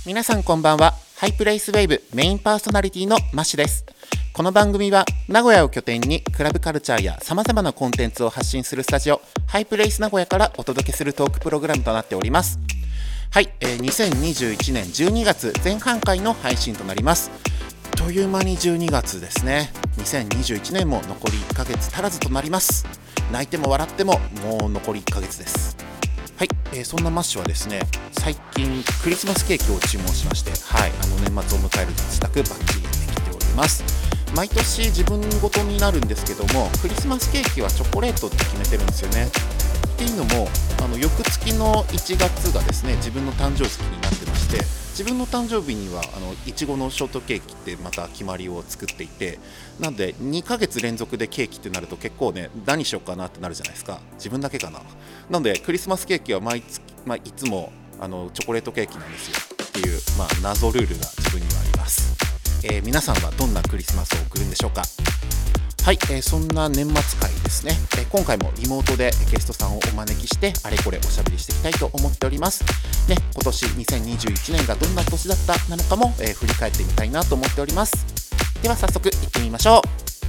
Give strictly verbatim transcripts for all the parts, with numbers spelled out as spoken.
皆さんこんばんは。ハイプレイスウェーブメインパーソナリティのマッシュです。この番組は名古屋を拠点にクラブカルチャーや様々なコンテンツを発信するスタジオハイプレイス名古屋からお届けするトークプログラムとなっております。はい、えー、にせんにじゅういちねんじゅうにがつ前半回の配信となります。という間にじゅうにがつですね。にせんにじゅういちねんも残りいっかげつ足らずとなります。泣いても笑ってももう残りいっかげつです。はい、えー、そんなマッシュはですね、最近クリスマスケーキを注文しまして、はい、あの年末を迎える自宅バッチリできております。毎年自分ごとになるんですけども、クリスマスケーキはチョコレートって決めてるんですよね。っていうのも、あの翌月のいちがつがですね、自分の誕生月になってまして、自分の誕生日にはあのいちごのショートケーキってまた決まりを作っていて、なんでにかげつ連続でケーキってなると結構ね、何しようかなってなるじゃないですか。自分だけかな。なんでクリスマスケーキは毎月、まあ、いつもあのチョコレートケーキなんですよっていう、まあ、謎ルールが自分にはあります。えー、皆さんはどんなクリスマスを送るんでしょうか。はい、えー、そんな年末会ですね、えー、今回もリモートでゲストさんをお招きしてあれこれおしゃべりしていきたいと思っておりますね。今年にせんにじゅういちねんがどんな年だったなのかも、えー、振り返ってみたいなと思っております。では早速行ってみましょう。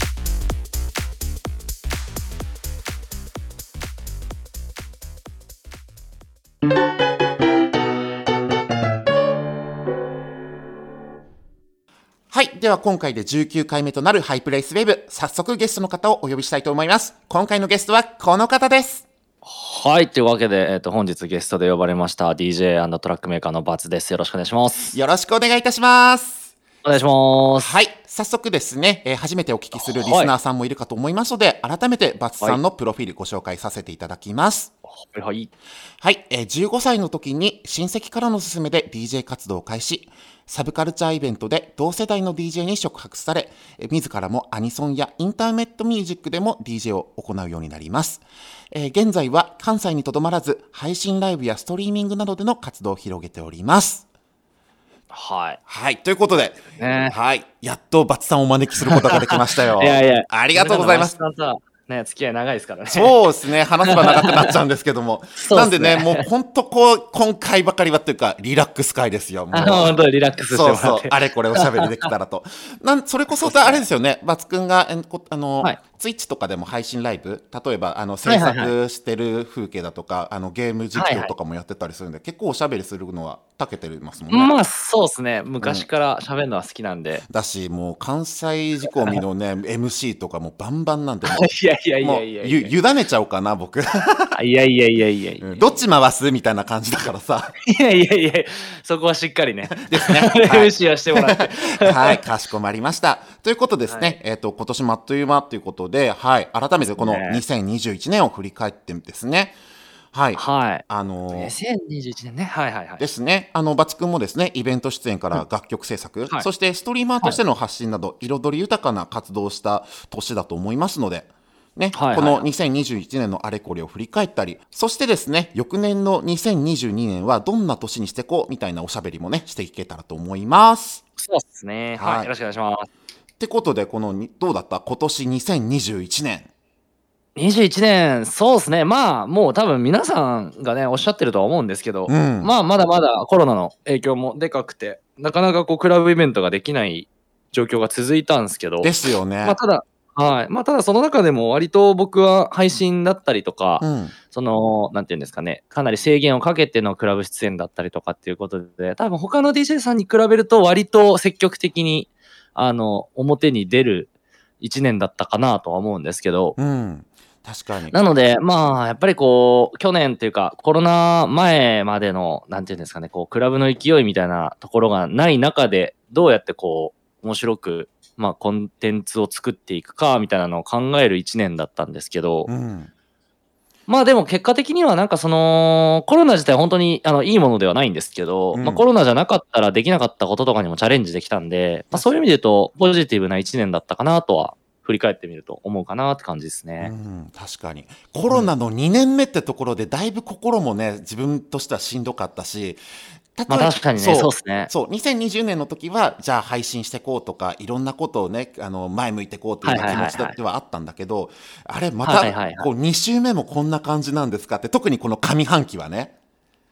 はい。では今回でじゅうきゅうかいめとなるハイプレイスウェーブ、早速ゲストの方をお呼びしたいと思います。今回のゲストはこの方です。 はい。というわけで、えー、と本日ゲストで呼ばれました ディージェー& トラックメーカーのバツです。よろしくお願いします。 よろしくお願いいたします。 お願いします。 はい。早速ですね、えー、初めてお聞きするリスナーさんもいるかと思いますので、はい、改めてバツさんのプロフィールご紹介させていただきます。 はいはい。 はい、えー、じゅうごさいの時に親戚からの勧めで ディージェー 活動を開始。サブカルチャーイベントで同世代の ディージェー に触発され、えー、自らもアニソンやインターネットミュージックでも ディージェー を行うようになります。えー、現在は関西にとどまらず、配信ライブやストリーミングなどでの活動を広げております。 はい。 はい。ということで、 ね、 はい。やっとバツさんをお招きすることができましたよ。 いやいや。 ありがとうございます。 ね、付き合い長いですからね。 そうですね。話せば長くなっちゃうんですけども。ね、なんでね、もう本当こう、今回ばかりはというか、リラックス会ですよ。もう本当にリラックスしてもらって。 そうそう。あれこれおしゃべりできたらと。なんそれこそ、あれですよね。バツくんが、あの、はい、ツイッチとかでも配信ライブ、例えば、あの、制作してる風景だとか、はいはいはい、あの、ゲーム実況とかもやってたりするんで、はいはい、結構おしゃべりするのは長けてますもんね。 まあ、そうですね。昔から喋るのは好きなんで。 うん、だし、もう関西仕込みのね、エムシー とかもバンバンなんで、 いやいやいやいやいや。 ゆ、委ねちゃおうかな、僕。いやいやいやいやいや、 うん。どっち回すみたいな感じだからさ。 いやいやいや、そこはしっかりね。 ですね。 エムシー はしてもらって。 はい、かしこまりました。ということですね、はい、えっと、今年もあっという間ということで、はい、改めてこのにせんにじゅういちねんを振り返ってですね、はい。 はい。 あのー、にせんにじゅういちねんね。はいはいはい。 ですね。あの、バツくんもですね、イベント出演から楽曲制作、うんはい、そしてストリーマーとしての発信など、はい、彩り豊かな活動をした年だと思いますので、ね、はいはいはい、このにせんにじゅういちねんのあれこれを振り返ったり、そしてですね、翌年のにせんにじゅうにねんはどんな年にしていこうみたいなおしゃべりもね、していけたらと思います。 そうですね。はい。はい、よろしくお願いします。 ってことで、この、どうだった今年にせんにじゅういちねん。にじゅういちねん、そうですね。まあ、もう多分皆さんがね、おっしゃってるとは思うんですけど、うん、まあ、まだまだコロナの影響もでかくて、なかなかこう、クラブイベントができない状況が続いたんですけど。 ですよね。 まあ、ただ、はい。まあ、ただその中でも割と僕は配信だったりとか、うん、その、なんていうんですかね、かなり制限をかけてのクラブ出演だったりとかっていうことで、多分他の ディージェー さんに比べると割と積極的に、あの、表に出るいちねんだったかなとは思うんですけど、 うん。確かに。 なので、まあ、やっぱりこう、去年っていうか、コロナ前までの、なんていうんですかね、こう、クラブの勢いみたいなところがない中で、どうやってこう、面白く、まあ、コンテンツを作っていくか、みたいなのを考えるいちねんだったんですけど、うん、まあでも結果的にはなんかその、コロナ自体本当にあのいいものではないんですけど、うん、まあコロナじゃなかったらできなかったこととかにもチャレンジできたんで、まあそういう意味で言うと、ポジティブないちねんだったかなとは、振り返ってみると思うかなって感じですね。 うん、確かに。コロナのにねんめってところで、だいぶ心もね、自分としてはしんどかったし、 まあ確かにね、そうですね。 そう、にせんにじゅうねんの時は、じゃあ配信していこうとか、いろんなことをね、あの、前向いていこうというような気持ちではあったんだけど、あれ、また、こう、に週目もこんな感じなんですかって、特にこの上半期はね。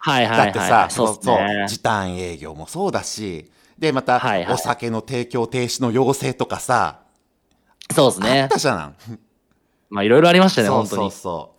はいはいはいはい。 だってさ、 そうそうそう、 っすね。 時短営業もそうだし、で、また、 はいはい。 お酒の提供停止の要請とかさ、 そうですあっね。 たじゃん。 まあいろいろありましたね、 そうそう本当に。 そう。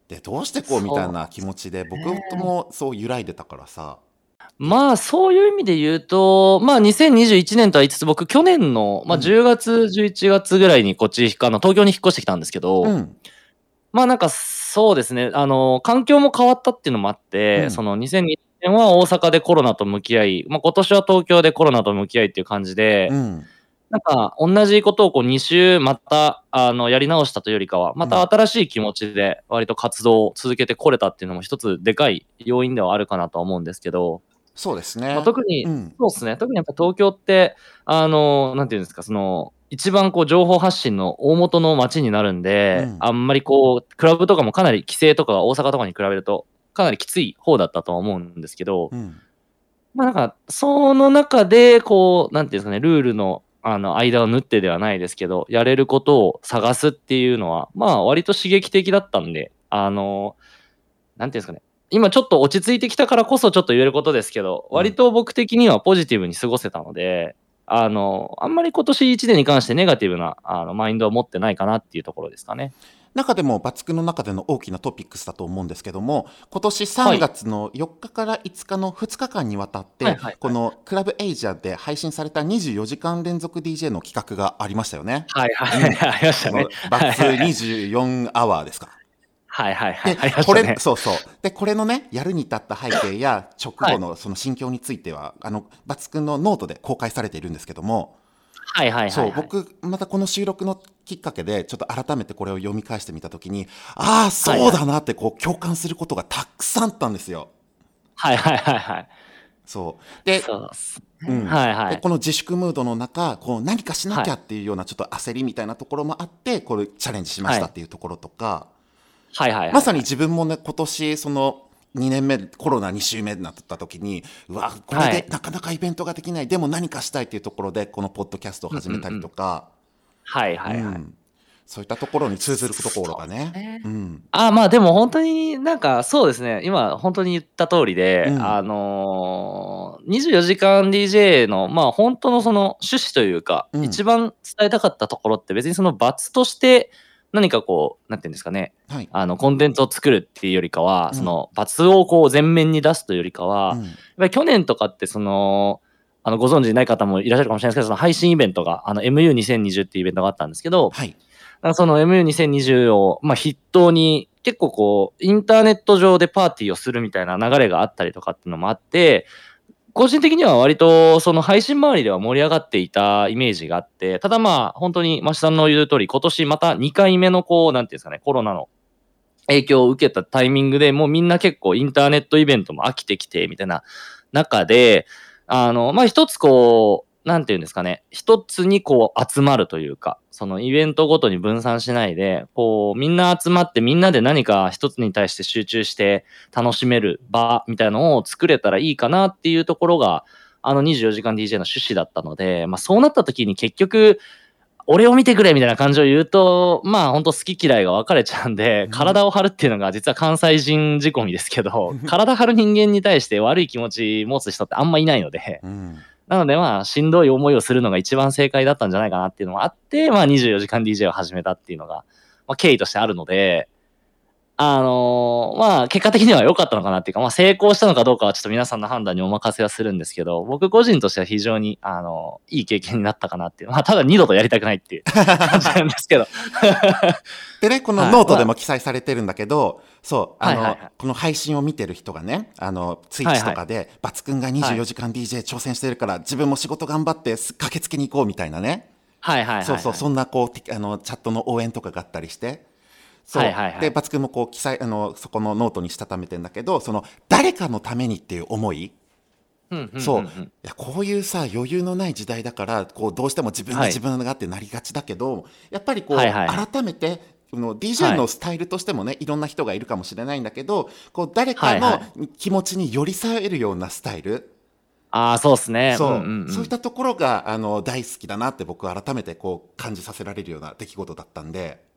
で、どうしてこうみたいな気そう持ちで、僕ね。 もそう揺らいでたからさ。で、 まあ、そういう意味で言うと、まあ、にせんにじゅういちねんとは言いつつ、僕、去年の、まあ、 うん、 じゅうがつ、じゅういちがつぐらいにこっち、あの、東京に引っ越してきたんですけど、 うん、 まあ、なんか、そうですね、あの、環境も変わったっていうのもあって、そうん、 のにせんにじゅうねんは大阪でコロナと向き合い、まあ、今年は東京でコロナと向き合いっていう感じで、 うん、 なんか、同じことをこうに週また、あの、やり直したというよりかは、またうん。 新しい気持ちで割と活動を続けてこれたっていうのも一つでかい要因ではあるかなとは思うんですけど、 そうですまあ、 ね。 特に、 うん、 そうですね、特にやっぱ東京って、あの、なんていうんですか、その、一番こう情報発信の大元の街になるんで、 うん、 あんまりこう、クラブとかもかなり規制とかが大阪とかに比べると、かなりきつい方だったとは思うんですけど、 うん。 まあなんか、その中で、こう、なんていうんですかね、ルールの、あの、間を縫ってではないですけど、やれることを探すっていうのは、まあ割と刺激的だったんで、あの、なんていうんですかね、今ちょっと落ち着いてきたからこそちょっと言えることですけど、 うん。 割と僕的にはポジティブに過ごせたので、あの、あんまり今年いちねんに関してネガティブなあのマインドを持ってないかなっていうところですかね。 中でもバツクの中での大きなトピックスだと思うんですけども、今年3 はい。 月のよっかからいつかのふつかかんにわたっはいて、 はいはい。 このクラブエイジアで配信されたにじゅうよじかん連続 ディージェー の企画がありましたよね。 はいはいうん。 はい、ありましたね。 このバはいはいツはい。 にじゅうよんアワーですか。 はいはいはい、 で、 ありましこれ、 たね。 そうそう。で、これのね、やるに至った背景や直はい。 後のその心境については、あの、バツくんのノートで公開されているんですけども、 はいはいはそう、 いはい。 僕、またこの収録のきっかけで、ちょっと改めてこれを読み返してみたときに、ああ、 はいはい。 そうだなってこう共感することがたくさんあったんですよ。 はいはいはいはい。 そう。で、 そうっすね。 うん。で、 はいはい。 この自粛ムードの中、こう何かしなはい。 きゃっていうようなちょっと焦りみたいなところもあって、これチャレンジしましたっはい。 ていうところとか、 はいはいまさにはいはい。 自分もね、今年、その、にねんめ、コロナに週目になった時に、うわ、これはい。 でなかなかイベントができない、でも何かしたいっていうところで、このポッドキャストをうん始めたりとうんうん。 か、 はいはいはい。 うん。そういったところに通ずるところそうですがね。うね。 ん。 あ、まあ、でもほんとになんかそうですね、今ほんとに言った通りで、あうん。 の、にじゅうよじかん ディージェー の、まあ、ほんとのその趣旨というか、 うん。 一番伝えたかったところって別にその罰として何かこう、なんて言うんですかね、 はい。 あのコンテンツを作るっていうよりかは、 うん。 その罰をこう前面に出すというよりかは、やっうん。 ぱり去年とかってその、あのご存知ない方もいらっしゃるかもしれないですけど、その配信イベントが、あの エムユーにせんにじゅう っていうイベントがあったんですけど、 はい。 なんかその エムユーにせんにじゅう を、まあ、筆頭に、結構こう、インターネット上でパーティーをするみたいな流れがあったりとかっていうのもあって、個人的には割とその配信周りでは盛り上がっていたイメージがあって、ただまあ、本当に増さんの言う通り、今年またにかいめのこう、なんていうんですかね、コロナの影響を受けたタイミングでもうみんな結構インターネットイベントも飽きてきてみたいな中で、あの、まあ、一つこう、なんていうんですかね、一つにこう集まるというか、そのイベントごとに分散しないで、こう、みんな集まってみんなで何か一つに対して集中して楽しめる場みたいなのを作れたらいいかなっていうところが、あのにじゅうよじかん ディージェー の趣旨だったので、まあ、そうなった時に結局、俺を見てくれみたいな感じを言うと、まあ本当好き嫌いが分かれちゃうんで、体を張るっていうのが実は関西人仕込みですけど、体張る人間に対して悪い気持ち持つ人ってあんまいないので、 うん。 なのでまあしんどい思いをするのが一番正解だったんじゃないかなっていうのもあって、まあにじゅうよじかん ディージェー を始めたっていうのが、まあ経緯としてあるので、あの、まあ、結果的には良かったのかなっていうか、まあ、成功したのかどうかはちょっと皆さんの判断にお任せはするんですけど、僕個人としては非常に、あの、いい経験になったかなっていう。まあ、ただ二度とやりたくないっていう感じなんですけど。 でね、このはい。 ノートまあ、 でも記載されてるんだけど、そう、あの、 はいはいはい。 この配信を見てる人がね、あの、ツイッはいはい。 チとかで、バツくんが24 はい。 時間 ディージェー 挑戦してるから、自分も仕事頑張ってす駆けつけに行こうみたいなね。 はいはいそうそう、 はいはい。 そんなこう、てあの、チャットの応援とかがあったりして、そう。で、 はいはいはい。 バツくんもこう、記載、あの、そこのノートにしたためてんだけど、その、誰かのためにっていう思い、 うんうんうんうそう。 ん。 いや、こういうさ、余裕のない時代だから、こう、どうしても自分がはい。 自分がってなりがちだけど、やっぱりこう、 はいはいはい。 改めて、その ディージェーはい。 のスタイルとしてもね、いろんな人がいるかもしれないんだけど、こう、誰かのはいはい。 気持ちに寄り添えるようなスタイル、 ああ、そうっすね。うんうんうそう、そういっん。 たところが、あの、大好きだなって僕は改めてこう、感じさせられるような出来事だったんで、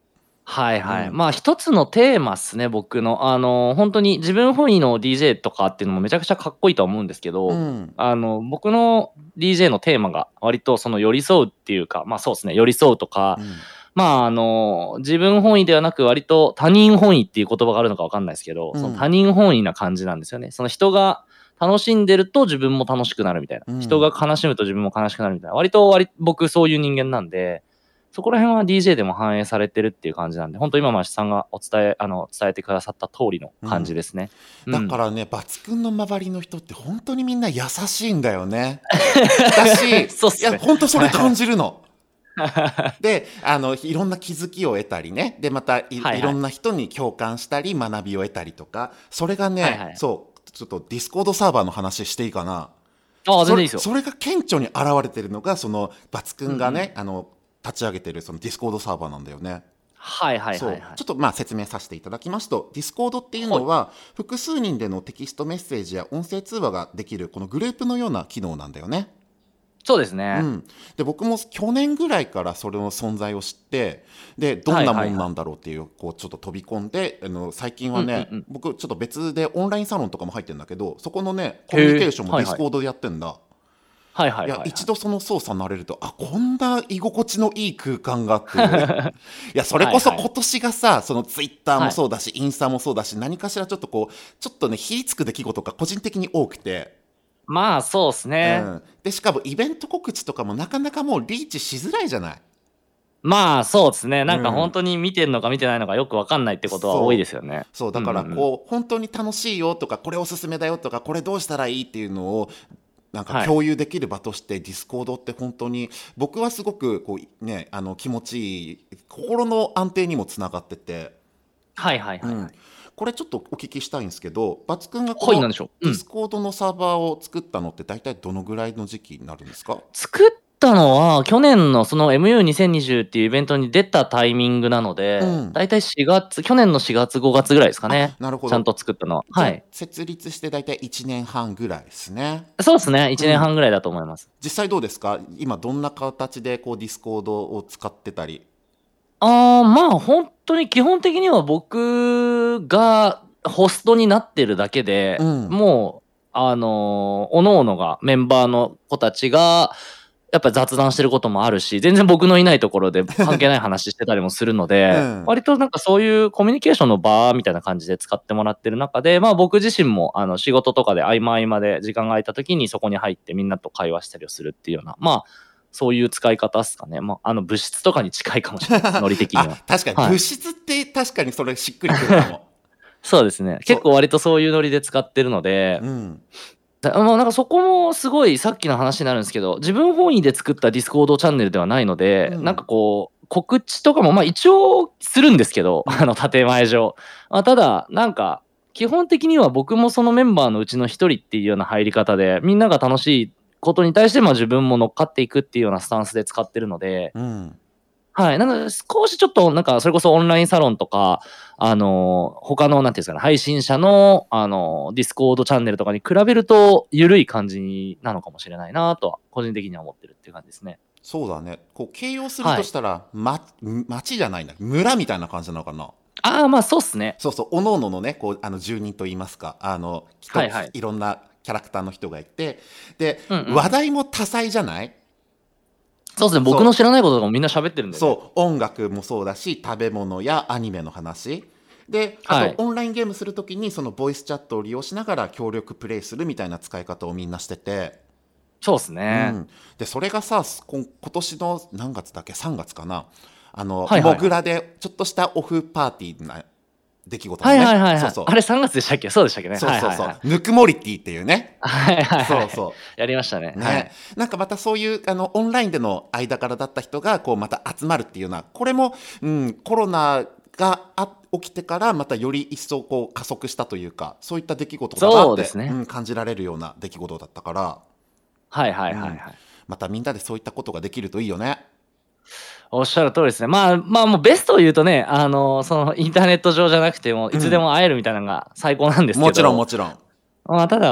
はいはい。 うんまあ一つのテーマっすね、僕の。あの、本当に自分本位の ディージェー とかっていうのもめちゃくちゃかっこいいとは思うんですけど、 うんあの、僕の ディージェー のテーマが割とその寄り添うっていうか、まあそうですね、寄り添うとか、 うんまああの、自分本位ではなく割と他人本位っていう言葉があるのかわかんないですけど、 うんその他人本位な感じなんですよね。その人が楽しんでると自分も楽しくなるみたいな。 うん人が悲しむと自分も悲しくなるみたいな。割と割僕そういう人間なんで、そこら辺は ディージェー でも反映されてるっていう感じなんで、本当今、増さんがお伝え、あの、伝えてくださった通りの感じですね。うんだからね、バツくんの周りの人って本当にみんな優しいんだよね。だし、 そうっすねいや、本当それ感じるの。で、あの、いろんな気づきを得たりね。で、またい、 はいはいいろんな人に共感したり、学びを得たりとか、それがね、 はいはいそう、ちょっとディスコードサーバーの話していいかな。 ああ、全それ然いいですよ。 それが顕著に現れてるのが、その、バツくんがね、あの、立ち上げてるそのディスコードサーバーなんだよね。 はいはいそうはいはいちょっ。とまあ説明させていただきますと、ディスコードっていうのは複数人でのテキストメッセージや音声通話ができるこのグループのような機能なんだよね。 そうですね。 うん、で僕も去年ぐらいからそれの存在を知ってでどんなもんなんだろうっていうこうちょっと飛び込んであの最近はね、 うんうんうん僕ちょっと別でオンラインサロンとかも入ってるんだけどそこのねコミュニケーションもへーディスコードでやってんだ。 はいはいはい、 いやはい。 一度その操作になれるとあこんな居心地のいい空間があっていやそれこそはいはい今年がさそのツイッターもそうだし、インスタもそうだし何かしらちょっとこうちょっとねひりつく出来事が個人的に多くて、 まあそうですね。 うん、でしかもイベント告知とかもなかなかもうリーチしづらいじゃない。 まあそうですね。なんかうん本当に見てるのか見てないのかよくわかんないってことはそう多いですよね。 そうだからうんうんうんこう、本当に楽しいよとかこれおすすめだよとかこれどうしたらいいっていうのをなんかはい共有できる場としてディスコードって本当に僕はすごくこう、ね、あの気持ちいい心の安定にもつながってて、 はいはいはい、はいうんこれちょっとお聞きしたいんですけどバツくんがこのはいなんでしょううんディスコードのサーバーを作ったのって大体どのぐらいの時期になるんですか？ 作ったのは去年のその エムユーにせんにじゅう っていうイベントに出たタイミングなので、 うんだいたいしがつ、去年のしがつごがつぐらいですかね。 なるほどちゃんと作ったのは。 じゃあはい。 設立して大体いちねんはんぐらいですね。 そうですね。いちねんはんぐらいだと思います。 実際どうですか今どんな形でこうディスコードを使ってたり。 ああ、まあ本当に基本的には僕がホストになってるだけで、 うんもう、あのー、おのおのがメンバーの子たちが、やっぱり雑談してることもあるし、全然僕のいないところで関係ない話してたりもするので、 うん割となんかそういうコミュニケーションの場みたいな感じで使ってもらってる中で、まあ僕自身もあの仕事とかで合間合間で時間が空いた時にそこに入ってみんなと会話したりをするっていうような、まあそういう使い方ですかね。まああの物質とかに近いかもしれないです、ノリ的には。 あ確かに、 はい物質って確かにそれしっくりくるかも。 そうですね。結構割とそういうノリで使ってるので、 うんだまあなんかそこもすごいさっきの話になるんですけど、自分本位で作ったディスコードチャンネルではないので、 うんなんかこう告知とかもまあ一応するんですけど、あの建前上、まあ、ただなんか基本的には僕もそのメンバーのうちの一人っていうような入り方で、みんなが楽しいことに対してまあ自分も乗っかっていくっていうようなスタンスで使ってるので、 うんはい。なので、少しちょっと、なんか、それこそオンラインサロンとか、あの、他の、なんていうんですかね、配信者の、あの、ディスコードチャンネルとかに比べると、緩い感じなのかもしれないなとは、個人的には思ってるっていう感じですね。 そうだねこう形容するとしたら、ま、町じゃないな村みたいな感じなのかな。 ああ、まあ、そうっすね。 そうそうおのおののねこうあの住人といいますかあの人、 はいはいいろんなキャラクターの人がいてで、 うんうん話題も多彩じゃない。 そうですね。僕の知らないこととかもみんな喋ってるんで、ね。 そう音楽もそうだし食べ物やアニメの話であと、 はいオンラインゲームするときにそのボイスチャットを利用しながら協力プレイするみたいな使い方をみんなしてて、 そうっすうね。 ん、でそれがさこん今年の何月だっけさんがつかなあの、 はいはいはいモグラでちょっとしたオフパーティーな出来事のね、 はいはいはいはい。 そうそうあれさんがつでしたっけ？そうでしたっけね。 そうそうそう、 はいはいはい。 ぬくもりティっていうねはいはいはい。 そうそやりましたね。 うね、 はい。 なんかまたそういうあのオンラインでの間柄だった人がこうまた集まるっていうようなこれも、うん、コロナがあ起きてからまたより一層こう加速したというかそういった出来事だなって、 そうですねうん、感じられるような出来事だったからはいはいはいはい。 またみんなでそういったことができるといいよね。 おっしゃる通りですね。まあまあもうベストを言うとね、あのそのインターネット上じゃなくてもいつでも会えるみたいなのが最高なんですけど、 もちろんもちろん。 まあただ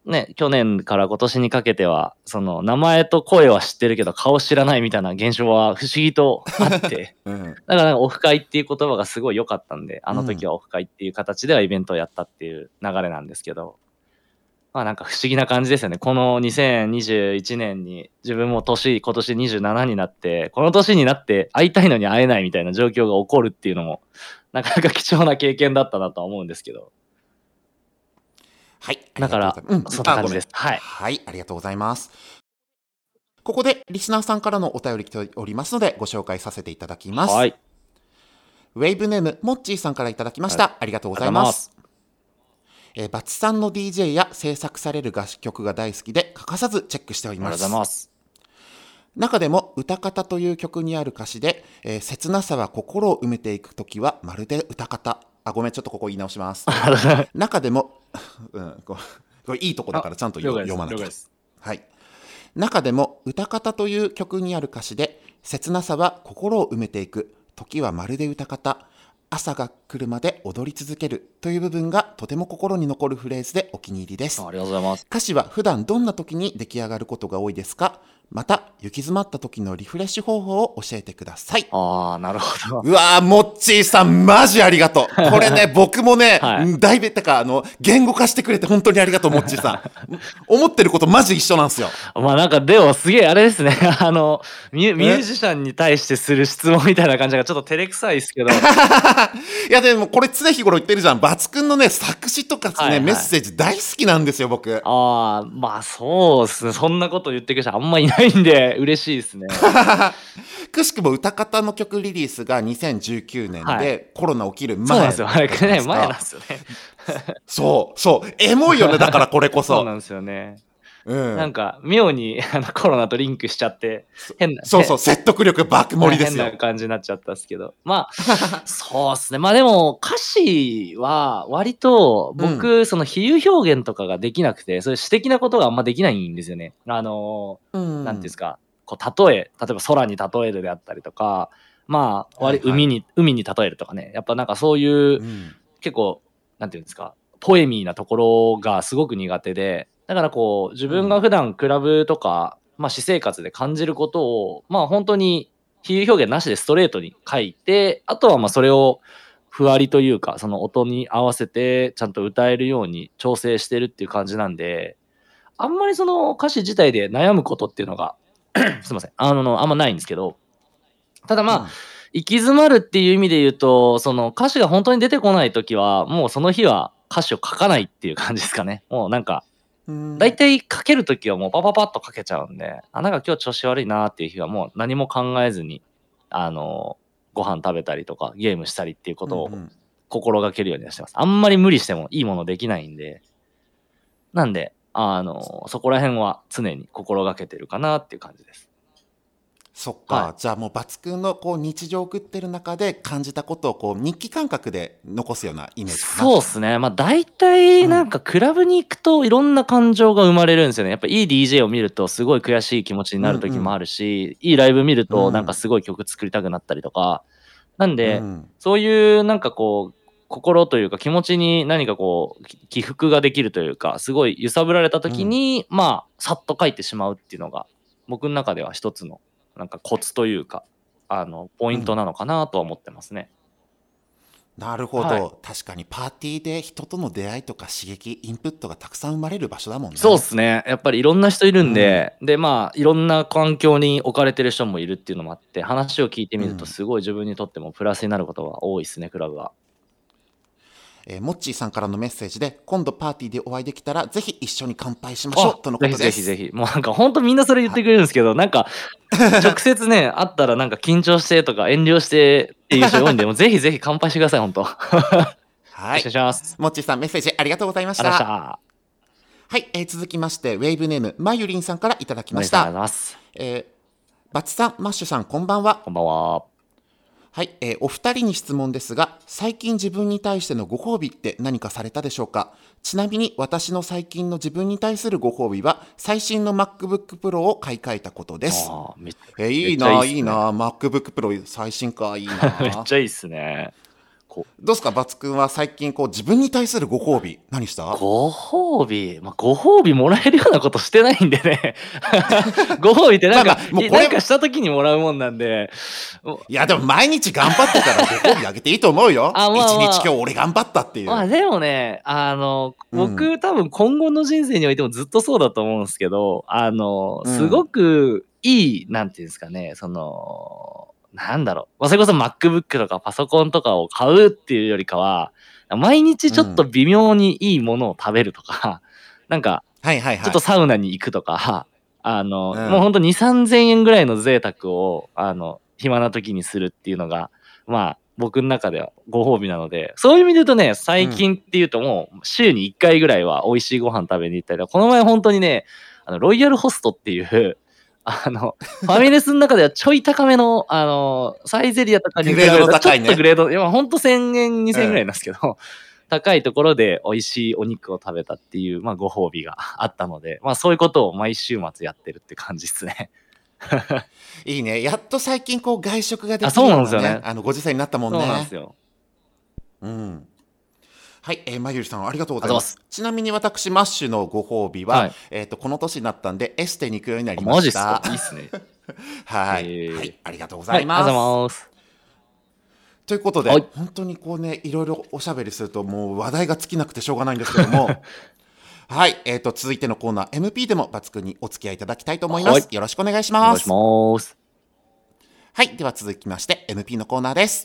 ね、去年から今年にかけては、その名前と声は知ってるけど顔知らないみたいな現象は不思議とあって、 うん、 だからなんかオフ会っていう言葉がすごい良かったんで、あの時うんはオフ会っていう形ではイベントをやったっていう流れなんですけど、まあなんか不思議な感じですよね。このにせんにじゅういちねんに自分も年、今年にじゅうななになって、この年になって会いたいのに会えないみたいな状況が起こるっていうのも、なかなか貴重な経験だったなとは思うんですけど。 はい、 だから、 ありがとうございます。うん、 そんな感じです。 あ、ごめん。 はい。 はい、ありがとうございます。ここでリスナーさんからのお便り来ておりますのでご紹介させていただきます。 はい。 ウェイブネームモッチーさんからいただきました。 はい、 ありがとうございます。えー、バツさんの ディージェー や制作される楽曲が大好きで欠かさずチェックしております。 ありがとうございます。 中でも歌方という曲にある歌詞で、えー、切なさは心を埋めていくときはまるで歌方。あ、ごめん、ちょっとここ言い直します。中でも、うん、これいいとこだからちゃんと読まなきゃ。はい。中でも歌方という曲にある歌詞で、切なさは心を埋めていく、時はまるで歌方、朝が来るまで踊り続けるという部分がとても心に残るフレーズでお気に入りです。 ありがとうございます。 歌詞は普段どんな時に出来上がることが多いですか？また行き詰まった時のリフレッシュ方法を教えてください。 ああ、なるほど。 うわー、モッチーさんマジありがとう。これね僕もね、はい、だいぶてかあの言語化してくれて本当にありがとうモッチーさん。思ってることマジ一緒なんですよ。 まあなんかでもすげえあれですね。あのミュミュージシャンに対してする質問みたいな感じがちょっと照れくさいですけど。 いやでもこれ常日頃言ってるじゃん。バツくんのね作詞とかね、はいはい、メッセージ大好きなんですよ僕。 ああ、まあそうですね。そんなこと言ってくる人あんまいないんで嬉しいですね。 くしくも歌方の曲リリースがにせんじゅうきゅうねんで、はい、コロナ起きる前。 そうなんですよ。あれね、前なんですよね。 そうそうエモいよね。だからこれこそ。 そうなんですよね。 うん、 なんか妙にあのコロナとリンクしちゃって変な、 そうそう説得力爆盛りですよ。 変な感じになっちゃったんですけど、まあそうですね。まあでも歌詞は割と僕、うん、その比喩表現とかができなくて、そういう詩的なことがあんまできないんですよね。あの、うん、なんていうんですか、こう例え例えば空に例えるであったりとか、まあ割、はいはい、海に海に例えるとかね、やっぱなんかそういう、うん、結構なんていうんですか、ポエミーなところがすごく苦手で。だからこう自分が普段クラブとか、まあ、私生活で感じることをまあ本当に比喩表現なしでストレートに書いて、あとはまあそれをふわりというかその音に合わせてちゃんと歌えるように調整してるっていう感じなんで、あんまりその歌詞自体で悩むことっていうのがすいませんあのあんまないんですけど、ただまあ、うん、行き詰まるっていう意味で言うと、その歌詞が本当に出てこない時はもうその日は歌詞を書かないっていう感じですかね。もうなんか大体かけるときはもうパパパッとかけちゃうんで、あ、なんか今日調子悪いなっていう日はもう何も考えずに、あの、ご飯食べたりとかゲームしたりっていうことを心がけるようにはしてます。あんまり無理してもいいものできないんで、なんで、あの、そこら辺は常に心がけてるかなっていう感じです。 そっか、はい、じゃあもうバツくんのこう日常を送ってる中で感じたことをこう日記感覚で残すようなイメージかな。 そうですね。まあ大体なんかクラブに行くといろんな感情が生まれるんですよね。やっぱいい ディージェー を見るとすごい悔しい気持ちになる時もあるし、うんうん、いいライブ見るとなんかすごい曲作りたくなったりとか、うん、なんで、うん、そういうなんかこう心というか気持ちに何かこう起伏ができるというか、すごい揺さぶられた時に、うん、まあさっと書いてしまうっていうのが僕の中では一つのなんかコツというかあのポイントなのかなとは思ってますね。 うん、なるほど、 はい、 確かにパーティーで人との出会いとか刺激インプットがたくさん生まれる場所だもんね。 そうですね。やっぱりいろんな人いるんで、うん、でまあいろんな環境に置かれてる人もいるっていうのもあって、話を聞いてみるとすごい自分にとってもプラスになることが多いですね、クラブは。 えー、モッチーさんからのメッセージで、今度パーティーでお会いできたらぜひ一緒に乾杯しましょうとのことです。 ぜひぜひぜひ。もうなんか本当みんなそれ言ってくれるんですけど、なんか直接ね会ったらなんか緊張してとか遠慮してっていう人多いんで、もうぜひぜひ乾杯してください本当。はい。お願いします。 モッチーさんメッセージありがとうございました。 ありがとうございました。 はい、えー、続きましてウェーブネームまゆりんさんからいただきました。 ありがとうございます。 えー、バツさんマッシュさんこんばんは。 こんばんは。 はい、えー、お二人に質問ですが、最近自分に対してのご褒美って何かされたでしょうか。ちなみに私の最近の自分に対するご褒美は最新の MacBook Pro を買い替えたことです。あめっちゃえー、いいないいな MacBook Pro 最新かいいなめっちゃいいっすね。 こどうですか、バツくんは最近こう自分に対するご褒美何した？ ご褒美、まあ、ご褒美もらえるようなことしてないんでね。ご褒美ってなんか、 まあまあもういこれなんかした時にもらうもんなんで、おいやでも毎日頑張ってたらご褒美あげていいと思うよ。 あ、まあまあ一日今日俺頑張ったっていう。 まあでもね、あの、 うん僕多分今後の人生においてもずっとそうだと思うんですけど、あの、すごくいい、なんていうんですかね、その、なんだろう、まあ、それこそ MacBook とかパソコンとかを買うっていうよりかは、毎日ちょっと微妙にいいものを食べるとか、なんか、 はいはいはい。 ちょっとサウナに行くとか、あの、 うんもうほんとに、さんぜんえんぐらいの贅沢を、あの、暇な時にするっていうのが、まあ、僕の中ではご褒美なので、そういう意味で言うとね、最近っていうともう週にいっかいぐらいは美味しいご飯食べに行ったりとか、この前ほんとにね、あの、ロイヤルホストっていう、あの、ファミレスの中ではちょい高めの、あの、サイゼリヤとかに比べグレードるとちょの高いねっとグレード、いやほんとせんえん、にせんえんぐらいなんすけど、高いところで美味しいお肉を食べたっていう、まあ、ご褒美があったので、まあ、そういうことを毎週末やってるって感じっすね。 いいね。やっと最近こう外食がであ、そうきるようななんですよね。 ね、あのご時世になったもんね。 そうなんですよ。 うん。はい、えー、まゆりさんありがとうございま。 あざますちなみに私マッシュのご褒美は、 はい。 えっ、とこの年になったんでエステに行くようになりあ、 ましマジっすか。 た。 いいっすね。 はい、 へーはい、ありがとうごはい、ありざいます。 がとうございます。 ということで、 はい。 本当にこうね、いろいろおしゃべりするともう話題が尽きなくてしょうがないんですけども、はい、えっ、と続いてのコーナー エムピー でもバツくんにお付き合いいただきたいと思います。 はいよろしくお願いしお願いします。 ます。 はい、では続きまして エムピー のコーナーです。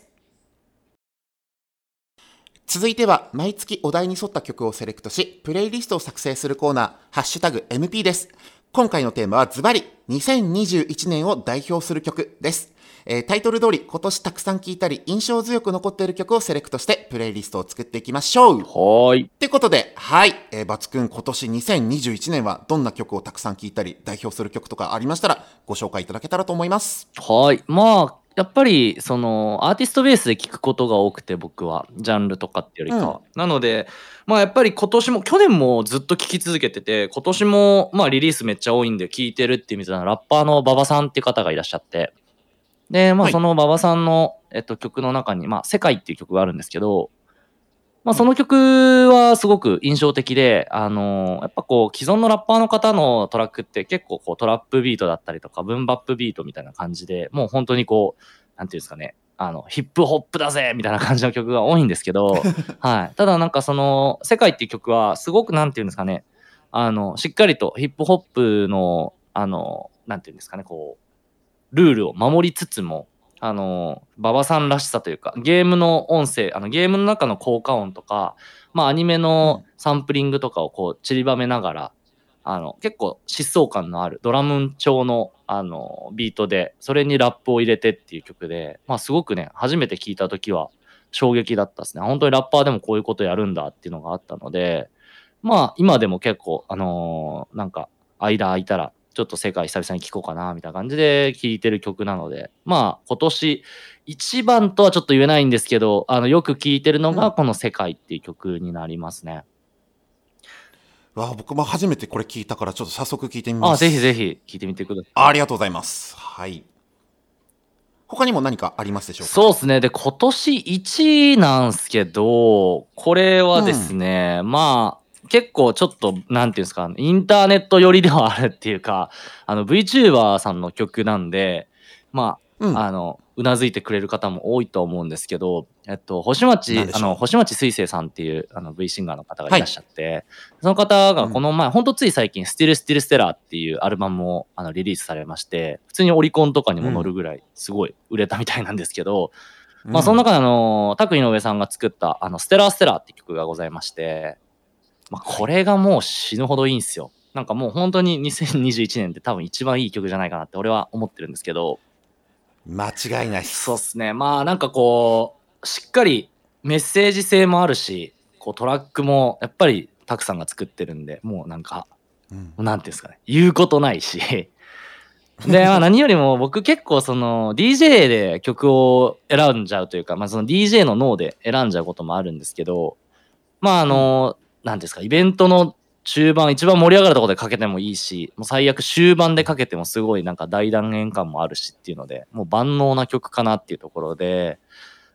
続いては毎月お題に沿った曲をセレクトし、プレイリストを作成するコーナー、ハッシュタグ エムピー です。今回のテーマはズバリにせんにじゅういちねんを代表する曲です。えータイトル通り今年たくさん聴いたり印象強く残っている曲をセレクトしてプレイリストを作っていきましょう。 はーい。 ということで、はい、えー、バツくん今年にせんにじゅういちねんはどんな曲をたくさん聴いたり代表する曲とかありましたらご紹介いただけたらと思います。 はい。まあ、やっぱり、その、アーティストベースで聞くことが多くて、僕は。ジャンルとかってよりかは。なので、まあ、やっぱり今年も、去年もずっと聴き続けてて、今年も、まあ、リリースめっちゃ多いんで聴いてるっていう意味では、ラッパーの馬場さんっていう方がいらっしゃって、で、まあ、 はいその馬場さんの、えっと、曲の中に、まあ、世界っていう曲があるんですけど、まあ、その曲はすごく印象的で、あのやっぱこう、既存のラッパーの方のトラックって結構こう、トラップビートだったりとか、ブンバップビートみたいな感じで、もう本当にこう、なんていうんですかね、あの、ヒップホップだぜみたいな感じの曲が多いんですけど、はい。ただなんかその、世界っていう曲は、すごくなんていうんですかね、あの、しっかりとヒップホップの、あの、なんていうんですかね、こう、ルールを守りつつも、あの、馬場さんらしさというか、ゲームの音声、あの、ゲームの中の効果音とか、まあ、アニメのサンプリングとかをこう、散りばめながら、あの、結構疾走感のあるドラム調の、あの、ビートで、それにラップを入れてっていう曲で、まあ、すごくね、初めて聞いた時は衝撃だったですね。本当にラッパーでもこういうことやるんだっていうのがあったので、まあ、今でも結構、あのーなんか、間空いたら、ちょっと世界久々に聴こうかな、みたいな感じで聴いてる曲なので、まあ、今年、一番とはちょっと言えないんですけど、あの、よく聴いてるのが、 うんこの世界っていう曲になりますね。 わあ、僕も初めてこれ聞いたからちょっと早速聞いてみああ、 ます。 ぜひぜひ聴いてみてください。 ありがとうございます。はい。他にも何かありますでしょうか？ そうですね。で、今年いちいなんすけど、これはですね、まあ、結構ちょっと、なんていうんですか、インターネット寄りではあるっていうか、あの、VTuber さんの曲なんで、まあ、 うん。 あの、うなずいてくれる方も多いと思うんですけど、えっと、星町なん、でしょうあの、星町水星さんっていうあの V シンガーの方がいらっしゃって、その方がこの前、ほんとつい最近、Still Still Stellar っていうアルバムをあのリリースされまして、普通にオリコンとかにも載るぐらいすごい売れたみたいなんですけど、まあその中であの、拓井の上さんが作ったあの、ステラーステラーって曲がございまして、まあこれがもう死ぬほどいいんすよ。なんかもう本当ににせんにじゅういちねんって多分一番いい曲じゃないかなって俺は思ってるんですけど、 間違いないっす。 そうっすね。まあなんかこう、しっかりメッセージ性もあるし、こうトラックもやっぱりたくさんが作ってるんで、もうなんか、 うんなんていうんですかね、言うことないし。で、まあ何よりも僕結構その ディージェー で曲を選んじゃうというか、まあその ディージェー の脳で選んじゃうこともあるんですけど、まああの、なんていうんですか、イベントの中盤、一番盛り上がるところでかけてもいいし、もう最悪終盤でかけてもすごいなんか大団円感もあるしっていうので、もう万能な曲かなっていうところで、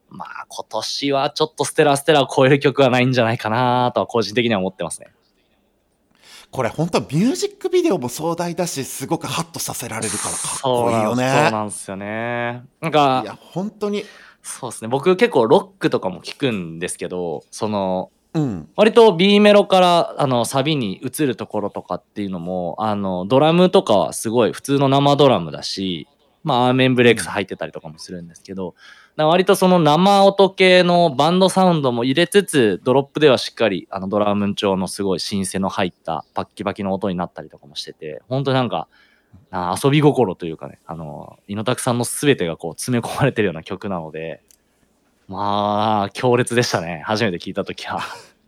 まあ今年はちょっとステラステラを超える曲はないんじゃないかなとは個人的には思ってますね。 これ本当ミュージックビデオも壮大だし、すごくハッとさせられるからかっこいいよね。 そうなんですよね。なんか、 いや本当にそうですね。僕結構ロックとかも聞くんですけど、その、 うん、 割と B メロからあのサビに移るところとかっていうのも、あのドラムとかはすごい普通の生ドラムだし、まあアーメンブレイクス入ってたりとかもするんですけど、うん、割とその生音系のバンドサウンドも入れつつ、ドロップではしっかりあのドラム調のすごいシンセの入ったパッキパキの音になったりとかもしてて、本当になんか遊び心というかね、あの猪拓さんの全てがこう詰め込まれてるような曲なので、まあ強烈でしたね、初めて聞いた時は。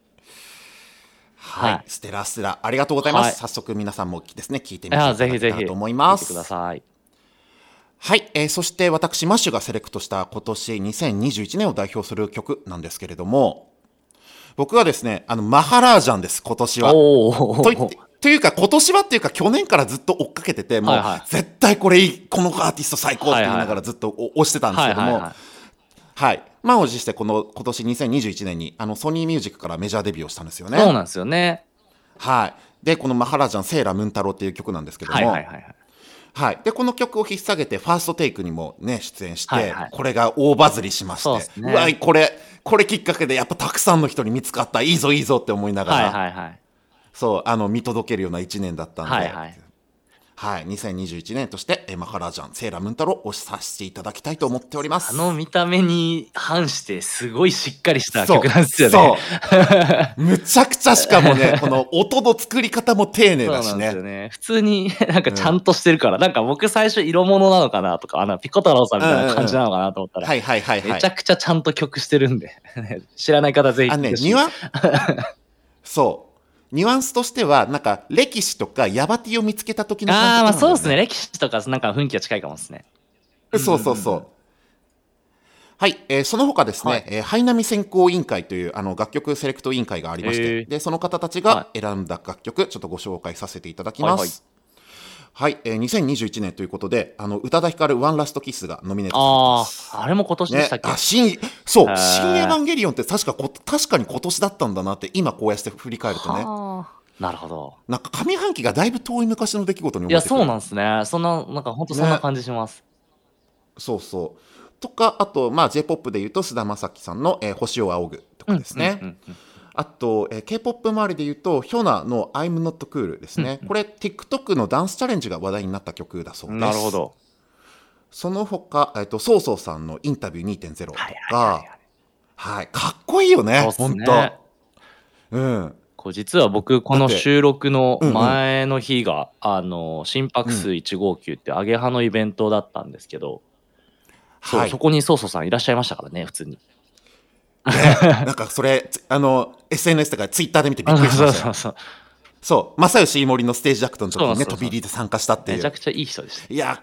はい、はい、ステラステラありがとうございます、はい、早速皆さんもですね聞いてみていただけたらと思います。 ぜひぜひ聞いてください。 はい、えー、そして私マッシュがセレクトした今年にせんにじゅういちねんを代表する曲なんですけれども、僕はですねあのマハラージャンです今年は。と, というか今年はっていうか去年からずっと追っかけてて、もう、はいはい、絶対これいい、このアーティスト最高って言いながらずっと推してたんですけども、はいはいはいはい、満を持してこの今年にせんにじゅういちねんにあのソニーミュージックからメジャーデビューをしたんですよね。 そうなんですよね。 はい。でこのマハラジャンセーラムンタロっていう曲なんですけども、はいはいはいはいはい、でこの曲を引っ提げてファーストテイクにもね出演して、はいはい、これが大バズりしまして、う、ね、うわこれこれきっかけでやっぱたくさんの人に見つかった、いいぞいいぞって思いながら、はいはいはい、そうあの見届けるようないちねんだったんで、はいはいはい、にせんにじゅういちねんとしてマハラジャンセーラムンタロをさせていただきたいと思っております。 あの見た目に反してすごいしっかりした曲なんですよね。 そうそうむちゃくちゃ、しかもねこの音の作り方も丁寧だしね。そうなんですよね。 普通になんかちゃんとしてるから、うん、なんか僕最初色物なのかなとか、あのピコ太郎さんみたいな感じなのかなと思ったら、めちゃくちゃちゃんと曲してるんで知らない方ぜひ聞いてほしい。 あ、ね、そうニュアンスとしてはなんか歴史とかヤバティを見つけた時の感じなんだよね。 ああまあそうですね。歴史とかなんか雰囲気が近いかもですね。 そうそうそう。はい、えー、その他ですね、はいえー、ハイナミ選考委員会というあの楽曲セレクト委員会がありまして、でその方たちが選んだ楽曲、はい、ちょっとご紹介させていただきます。はい、はいはいえー、にせんにじゅういちねんということであの宇多田ヒカルワンラストキスがノミネートされてます。 ああれも今年でしたっけ、 ね、あ新そう新エヴァンゲリオンって確かこ確かに今年だったんだなって今こうやって振り返るとね。 なるほど。 なんか上半期がだいぶ遠い昔の出来事に思えてくる。 いやそうなんですね。そんななんか本当そんな感じします。ね、 そうそうとかあと、まあ、J-ポップ でいうと菅田将暉さんの、えー、星を仰ぐとかですね。うんうんうんうん、あと、えー、K-ポップ 周りでいうとヒョナの I'm Not Cool ですね。うんうん、これ TikTok のダンスチャレンジが話題になった曲だそうです。 なるほど。 その他、えー、とソーソーさんのインタビュー にてんゼロ とか、はいはいはいはいはい、かっこいいよね。本当。うんこう実は僕この収録の前の日が、うんうん、あの心拍数いちごきゅうってアゲハのイベントだったんですけど、うん、そう、はい、そこにソーソーさんいらっしゃいましたからね普通に、ね、 なんかそれあの エスエヌエス とかツイッターで見てびっくりしましたよ。そうそうそうそう正義井森のステージアクトの時にね飛び入りで参加したっていうめちゃくちゃいい人でした。 いや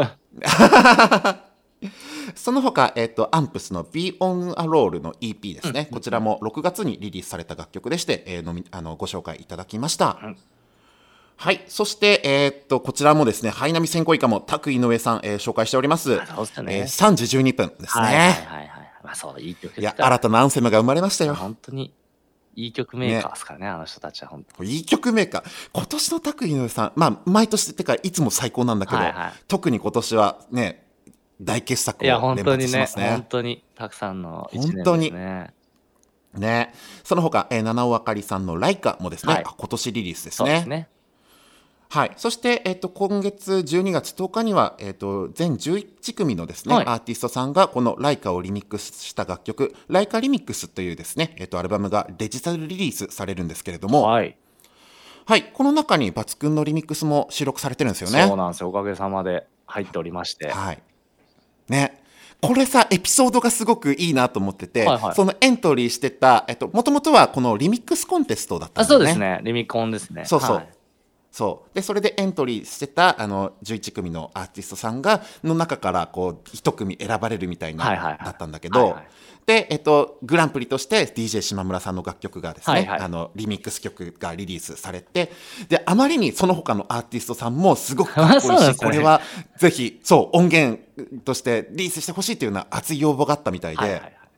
その他、えーと、アンプスの Be on a Roll の イーピー ですね、うん、こちらもろくがつにリリースされた楽曲でして、えー、のみあのご紹介いただきました、うん、はいそして、えー、とこちらもですねハイナミ選考以下も拓井上さん、えー、紹介しております、そうですね、えー、さんじじゅうにふんですね。はいはいはいはい、まあ、そういい曲です。いや新たなアンセムが生まれましたよ。 本当にいい曲メーカーですから ね, ねあの人たちは本当にいい曲メーカー。今年の拓井上さん、まあ毎年ってかいつも最高なんだけど、はいはい、特に今年はね大傑作を連発しますね。いや本当にね本当にたくさんのいちねんですね。本当にね。その他、えー、七尾あかりさんのライカもですね、はい、今年リリースですね。そうですね。はい、そして、えー、と今月じゅうにがつとおかには、えー、と全じゅういちくみのですね、はい、アーティストさんがこのライカをリミックスした楽曲ライカリミックスというですね、えー、とアルバムがデジタルリリースされるんですけれども、はいはい、この中にバツくんのリミックスも収録されてるんですよね。 そうなんですよ。おかげさまで入っておりまして、 はいね、これさエピソードがすごくいいなと思ってて、はいはい、そのエントリーしてたもともとはこのリミックスコンテストだったんだよね。 あそうですねリミコンですね。 そうそう、 はいそうでそれでエントリーしてたあのじゅういちくみのアーティストさんがの中からこういち組選ばれるみたいな、はいはいはい、だったんだけど、はいはい、で、えっと、グランプリとして ディージェー 島村さんの楽曲がですね、はいはい、あのリミックス曲がリリースされて、であまりにその他のアーティストさんもすごくかっこいいし、ね、これはぜひそう音源としてリリースしてほしいというような熱い要望があったみたいで、はいはいはい、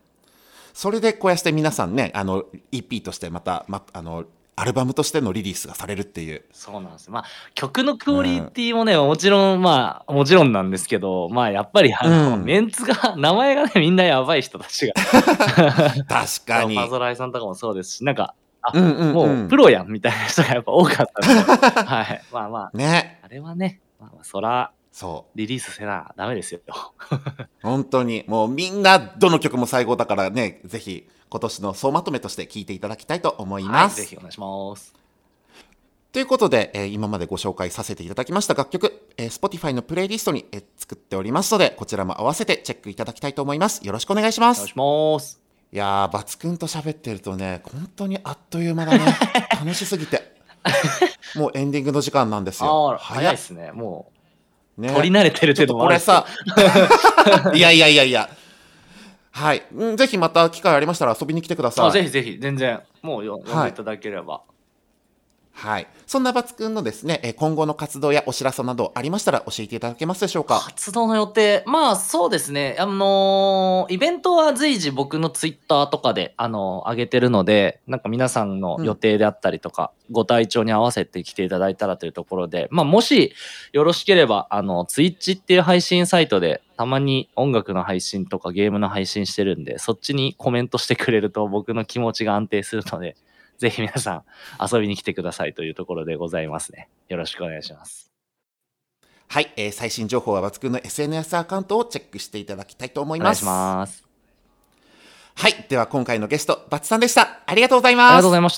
それでこうやって皆さんね、あの イーピー としてまた、ま、あのアルバムとしてのリリースがされるっていう。 そうなんです。まあ曲のクオリティもね、うん、もちろんまあもちろんなんですけど、まあやっぱりあの、うん、メンツが名前がねみんなやばい人たちが確かにパズライさんとかもそうですし、なんかあ、うんうんうん、もうプロやんみたいな人がやっぱ多かったんではいまあまあね、 あれはね、まあ、まあそらそうリリースせなダメですよ本当にもうみんなどの曲も最高だからね、ぜひ今年の総まとめとして聴いていただきたいと思います、 はい、ぜひお願いします。 ということで、えー、今までご紹介させていただきました楽曲、えー、Spotify のプレイリストに、えー、作っておりますので、こちらも合わせてチェックいただきたいと思います。よろしくお願いします。 お願いします。 いやー、バツくんと喋ってるとね、本当にあっという間だね楽しすぎてもうエンディングの時間なんですよ。 あ早いですね。もう、ね、取り慣れてるけどこれさいやいやいやいやはい、ぜひまた機会ありましたら遊びに来てください。 あ、ぜひぜひ、全然もう呼んでいただければ。 はい、はい、そんなバツくんのですね、今後の活動やお知らせなどありましたら教えていただけますでしょうか。 活動の予定、まあそうですね、あのー、イベントは随時僕のツイッターとかで、あのー、上げてるので、なんか皆さんの予定であったりとか、うん、ご体調に合わせて来ていただいたらというところで、まあもしよろしければ、あのツイッチっていう配信サイトでたまに音楽の配信とかゲームの配信してるんで、そっちにコメントしてくれると僕の気持ちが安定するので、ぜひ皆さん遊びに来てくださいというところでございますね。よろしくお願いします。 はい、えー、最新情報はバツくんの エスエヌエス アカウントをチェックしていただきたいと思います。 お願いします。 はい、では今回のゲストバツさんでした。ありがとうございます。 ありがとうございました。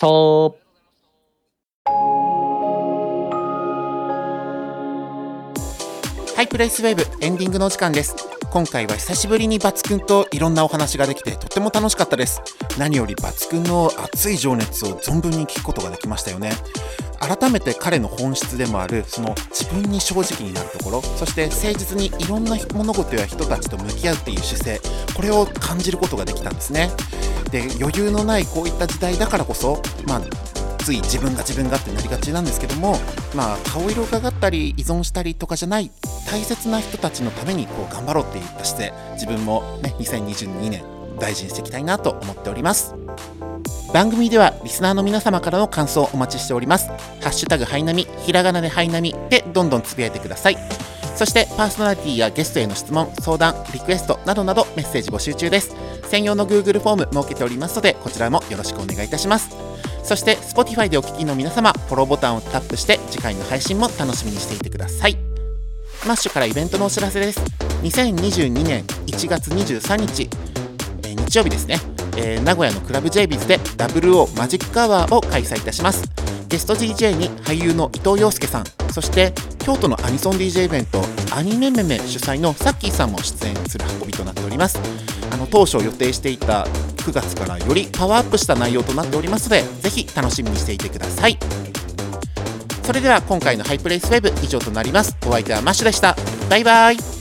ハイプレイスウェーブエンディングの時間です。今回は久しぶりにバツくんといろんなお話ができてとっても楽しかったです。何よりバツくんの熱い情熱を存分に聞くことができましたよね。改めて彼の本質でもあるその自分に正直になるところ、そして誠実にいろんな物事や人たちと向き合うっていう姿勢、これを感じることができたんですね。で、余裕のないこういった時代だからこそ、まあつい自分が自分がってなりがちなんですけども、まあ顔色を伺ったり依存したりとかじゃない、大切な人たちのためにこう頑張ろうっていった姿勢、自分もねにせんにじゅうにねん大事にしていきたいなと思っております。番組ではリスナーの皆様からの感想をお待ちしております。ハッシュタグハイナミ、ひらがなでハイナミでどんどんつぶやいてください。そしてパーソナリティやゲストへの質問、相談、リクエストなどなどメッセージ募集中です。専用の Google フォーム設けておりますので、こちらもよろしくお願いいたします。そして Spotify でお聞きの皆様、フォローボタンをタップして次回の配信も楽しみにしていてください。マッシュからイベントのお知らせです。にせんにじゅうにねんいちがつにじゅうさんにち、えー、日曜日ですね、えー、名古屋のクラブ ジェイビーズで ダブルオー マジックアワーを開催いたします。ゲスト ディージェー に俳優の伊藤陽介さん、そして京都のアニソン ディージェー イベントアニメメメ主催のサッキーさんも出演する運びとなっております。あの当初予定していたくがつからよりパワーアップした内容となっておりますので、ぜひ楽しみにしていてください。それでは今回のハイプレイスウェブ以上となります。お相手はマッシュでした。バイバイ。